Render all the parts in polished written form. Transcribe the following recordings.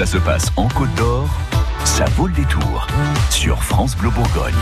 Ça se passe en Côte d'Or, ça vaut le détour sur France Bleu Bourgogne.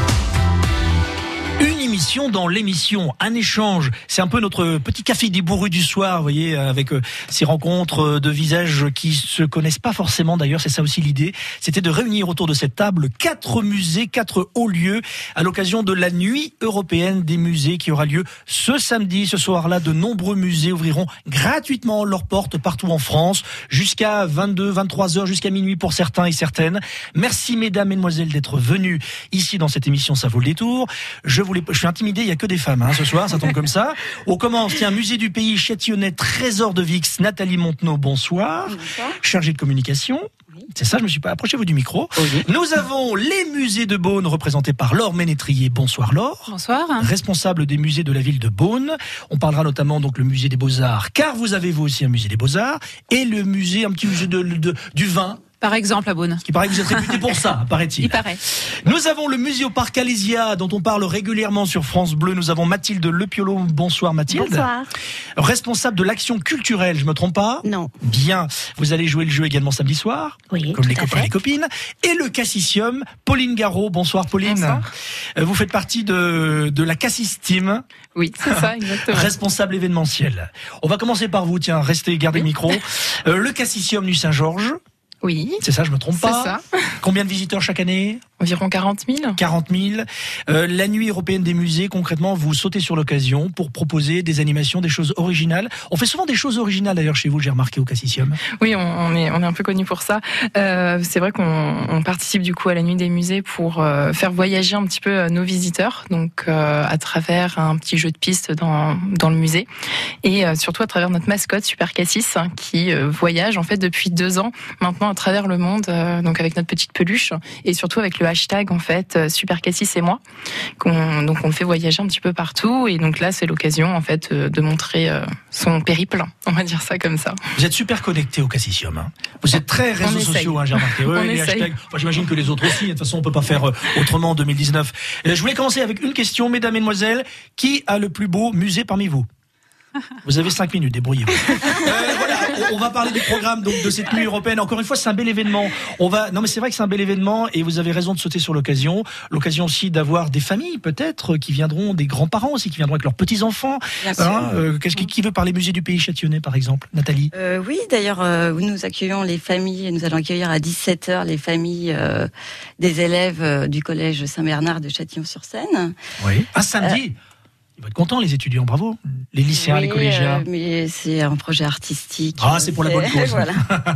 Une émission dans l'émission, un échange. C'est un peu notre petit café des bourrus du soir, vous voyez, avec ces rencontres de visages qui se connaissent pas forcément d'ailleurs, c'est ça aussi l'idée. C'était de réunir autour de cette table 4 musées, 4 hauts lieux à l'occasion de la nuit européenne des musées qui aura lieu ce samedi. Ce soir-là, de nombreux musées ouvriront gratuitement leurs portes partout en France, jusqu'à 22, 23 heures, jusqu'à minuit pour certains et certaines. Merci mesdames, mesdemoiselles d'être venues ici dans cette émission, ça vaut le détour. Je suis intimidé, il n'y a que des femmes ce soir, ça tombe comme ça. On commence, musée du pays châtillonnais, Trésor de Vix, Nathalie Montenot, bonsoir. Chargée de communication. Oui. C'est ça, je me suis pas approché du micro. Oui. Nous avons les musées de Beaune représentés par Laure Ménétrier. Bonsoir Laure. Bonsoir. Responsable des musées de la ville de Beaune. On parlera notamment donc le musée des Beaux-Arts, car vous avez vous aussi un musée des Beaux-Arts et le musée, un petit musée du vin. Par exemple, à Beaune. Il paraît que vous êtes réputé pour ça, paraît-il. Il paraît. Nous avons le Muséoparc Alésia, dont on parle régulièrement sur France Bleu. Nous avons Mathilde Lepiolo. Bonsoir Mathilde. Bonsoir. Responsable de l'action culturelle, je me trompe pas? Non. Bien. Vous allez jouer le jeu également samedi soir. Oui. Comme les copains et les copines. Et le Cassisium, Pauline Garot. Bonsoir Pauline. Bonsoir. Vous faites partie de la Cassis Team. Oui, c'est ça, exactement. Responsable événementiel. On va commencer par vous, tiens, restez, gardez le micro. Le Cassisium du Saint-Georges. Oui. C'est ça, je me trompe pas. C'est ça. Combien de visiteurs chaque année? Environ 40 000. 40 000. La nuit européenne des musées, concrètement, vous sautez sur l'occasion pour proposer des animations, des choses originales. On fait souvent des choses originales d'ailleurs chez vous, j'ai remarqué au Cassisium. Oui, on est un peu connu pour ça. C'est vrai qu'on participe du coup à la nuit des musées pour faire voyager un petit peu nos visiteurs, donc à travers un petit jeu de piste dans le musée et surtout à travers notre mascotte Super Cassis qui voyage en fait depuis 2 ans maintenant à travers le monde, donc avec notre petite peluche et surtout avec le hashtag en fait Super Cassis et moi. Donc on le fait voyager un petit peu partout et donc là c'est l'occasion en fait de montrer son périple, on va dire ça comme ça. Vous êtes super connecté au Cassisium. Vous êtes très réseaux sociaux, j'ai remarqué. On les hashtags. Enfin, j'imagine que les autres aussi. De toute façon, on peut pas faire autrement en 2019. Je voulais commencer avec une question, mesdames, mesdemoiselles. Qui a le plus beau musée parmi vous? Vous avez 5 minutes, débrouillez-vous. Voilà, on va parler du programme donc de cette nuit européenne. Encore une fois, c'est un bel événement. Non, mais c'est vrai que c'est un bel événement et vous avez raison de sauter sur l'occasion. L'occasion aussi d'avoir des familles peut-être qui viendront, des grands-parents aussi qui viendront avec leurs petits-enfants. Qui veut parler musée du pays châtillonnais par exemple, Nathalie? Oui, d'ailleurs, nous accueillons les familles. Nous allons accueillir à 17h les familles des élèves du collège Saint-Bernard de Châtillon-sur-Seine. Oui. Un samedi. Ils vont être contents, les étudiants, bravo. Les lycéens, les collégiens. Mais c'est un projet artistique. C'est pour la bonne cause. Voilà.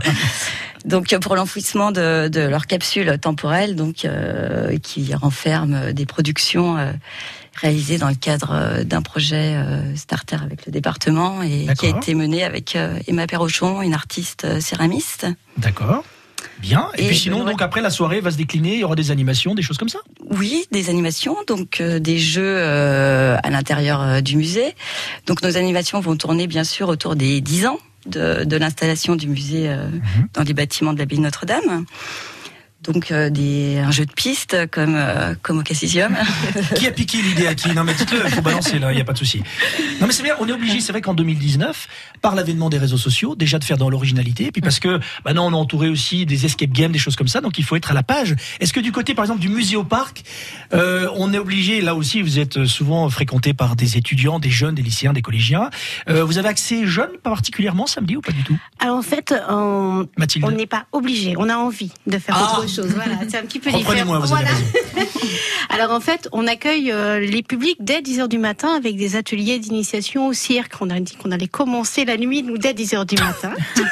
Donc, pour l'enfouissement de leur capsule temporelle, donc, qui renferme des productions réalisées dans le cadre d'un projet starter avec le département et qui a été mené avec Emma Perrochon, une artiste céramiste. D'accord. Bien. Et puis sinon, donc après la soirée va se décliner, il y aura des animations, des choses comme ça? Oui, des animations, donc des jeux à l'intérieur du musée. Donc nos animations vont tourner bien sûr autour des 10 ans de l'installation du musée dans les bâtiments de l'abbaye de Notre-Dame. Donc un jeu de piste comme au Cassisium. Qui a piqué l'idée à qui? Non mais dites-le, il faut balancer là, il n'y a pas de souci. Non mais c'est bien, on est obligé, c'est vrai qu'en 2019, par l'avènement des réseaux sociaux, déjà de faire dans l'originalité, et puis parce que maintenant on a entouré aussi des escape games, des choses comme ça, donc il faut être à la page. Est-ce que du côté par exemple du Muséoparc, on est obligé, là aussi vous êtes souvent fréquenté par des étudiants, des jeunes, des lycéens, des collégiens, vous avez accès jeunes particulièrement samedi ou pas du tout? Alors en fait, on n'est pas obligé, on a envie de faire autre chose. Voilà, c'est un petit peu différent. Vous avez raison. Alors en fait, on accueille les publics dès 10h du matin avec des ateliers d'initiation au cirque. On a dit qu'on allait commencer la nuit, nous, dès 10h du matin.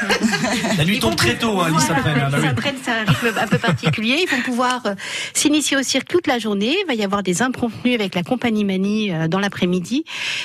La nuit tombe très tôt, Lys Apprenne. Lys Apprenne, c'est un rythme un peu particulier. Ils vont pouvoir s'initier au cirque toute la journée. Il va y avoir des impromptus avec la compagnie Mani dans l'après-midi.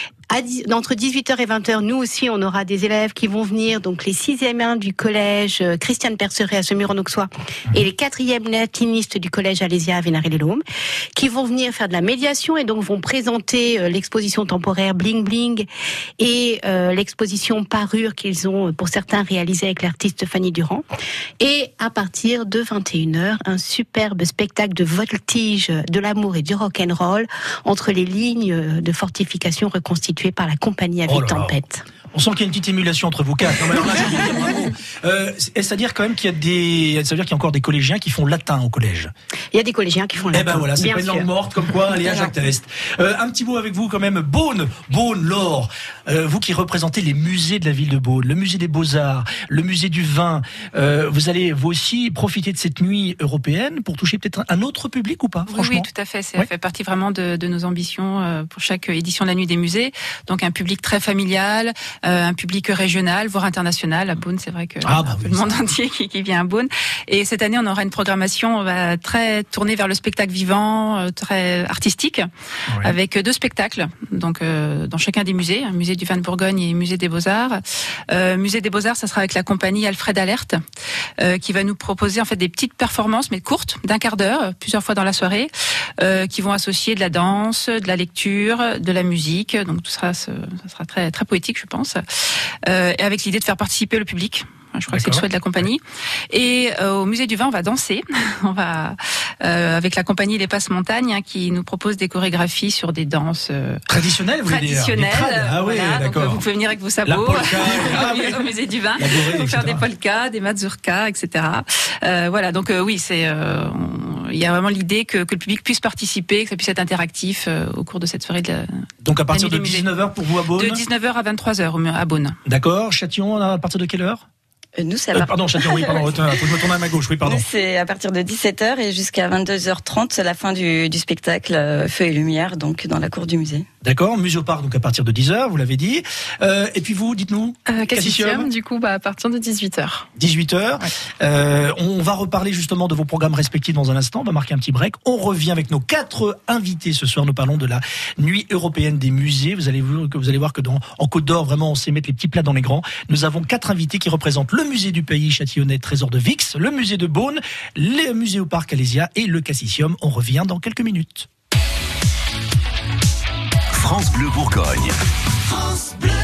Entre 18h et 20h, nous aussi, on aura des élèves qui vont venir, donc les 6e 1 du collège Christiane Perceret à Semur-en-Auxois et les 4e latinistes du collège Alésia à Vénaré-les-Laumes, qui vont venir faire de la médiation et donc vont présenter l'exposition temporaire Bling Bling et l'exposition Parure qu'ils ont pour certains réalisée avec l'artiste Fanny Durand. Et à partir de 21h, un superbe spectacle de voltige de l'amour et du rock'n'roll entre les lignes de fortification reconstituées par la compagnie Avis Tempête. On sent qu'il y a une petite émulation entre vous quatre. Non, mais alors là, C'est-à-dire quand même qu'il y a ça veut dire qu'il y a encore des collégiens qui font latin au collège. Il y a des collégiens qui font latin. Eh ben voilà, c'est bien pas une langue sûr. morte comme quoi, Léa Jacques Test. Un petit mot avec vous quand même, Beaune, Laure, vous qui représentez les musées de la ville de Beaune, le musée des Beaux-Arts, le musée du vin, vous allez vous aussi profiter de cette nuit européenne pour toucher peut-être un autre public ou pas, franchement? Oui, tout à fait. Ça fait partie vraiment de nos ambitions pour chaque édition de la nuit des musées. Donc un public très familial, un public régional, voire international. À Beaune, c'est vrai que le monde entier qui vient à Beaune. Et cette année, on aura une programmation très tournée vers le spectacle vivant, très artistique, avec 2 spectacles. Donc dans chacun des musées, un musée du vin de Bourgogne et musée des Beaux-Arts. Musée des Beaux-Arts, ça sera avec la compagnie Alfred Alert, qui va nous proposer en fait des petites performances, mais courtes, d'1 quart d'heure, plusieurs fois dans la soirée, qui vont associer de la danse, de la lecture, de la musique. Donc tout ça sera très très poétique, je pense, et avec l'idée de faire participer le public. Je crois que c'est le souhait de la compagnie. Et au musée du vin, on va danser. On va avec la compagnie Les Passes-Montagnes, qui nous propose des chorégraphies sur des danses traditionnelles. Ah oui, d'accord. Donc, vous pouvez venir avec vos sabots au musée du vin, pour faire des polkas, des mazurkas, etc. Voilà. Donc oui, il y a vraiment l'idée que le public puisse participer, que ça puisse être interactif au cours de cette soirée. Donc à partir de 19h pour vous à Beaune. De 19h à 23h à Beaune. D'accord. Châtillon, à partir de quelle heure? Nous, c'est pardon, Châtillon, faut que je me tourne à ma gauche, oui, pardon. Nous, c'est à partir de 17h et jusqu'à 22h30, c'est la fin du spectacle Feu et Lumière, donc dans la cour du musée. D'accord, musée au parc, donc à partir de 10h, vous l'avez dit. Et puis vous, dites-nous. Cassicium, du coup, à partir de 18h. 18h. Ouais. On va reparler justement de vos programmes respectifs dans un instant. On va marquer un petit break. On revient avec nos 4 invités ce soir. Nous parlons de la nuit européenne des musées. Vous allez voir que en Côte d'Or, vraiment, on sait mettre les petits plats dans les grands. Nous avons 4 invités qui représentent le musée du pays châtillonnais Trésor de Vix, le musée de Beaune, le musée au parc Alésia et le Cassicium. On revient dans quelques minutes. France Bleu Bourgogne. France Bleu.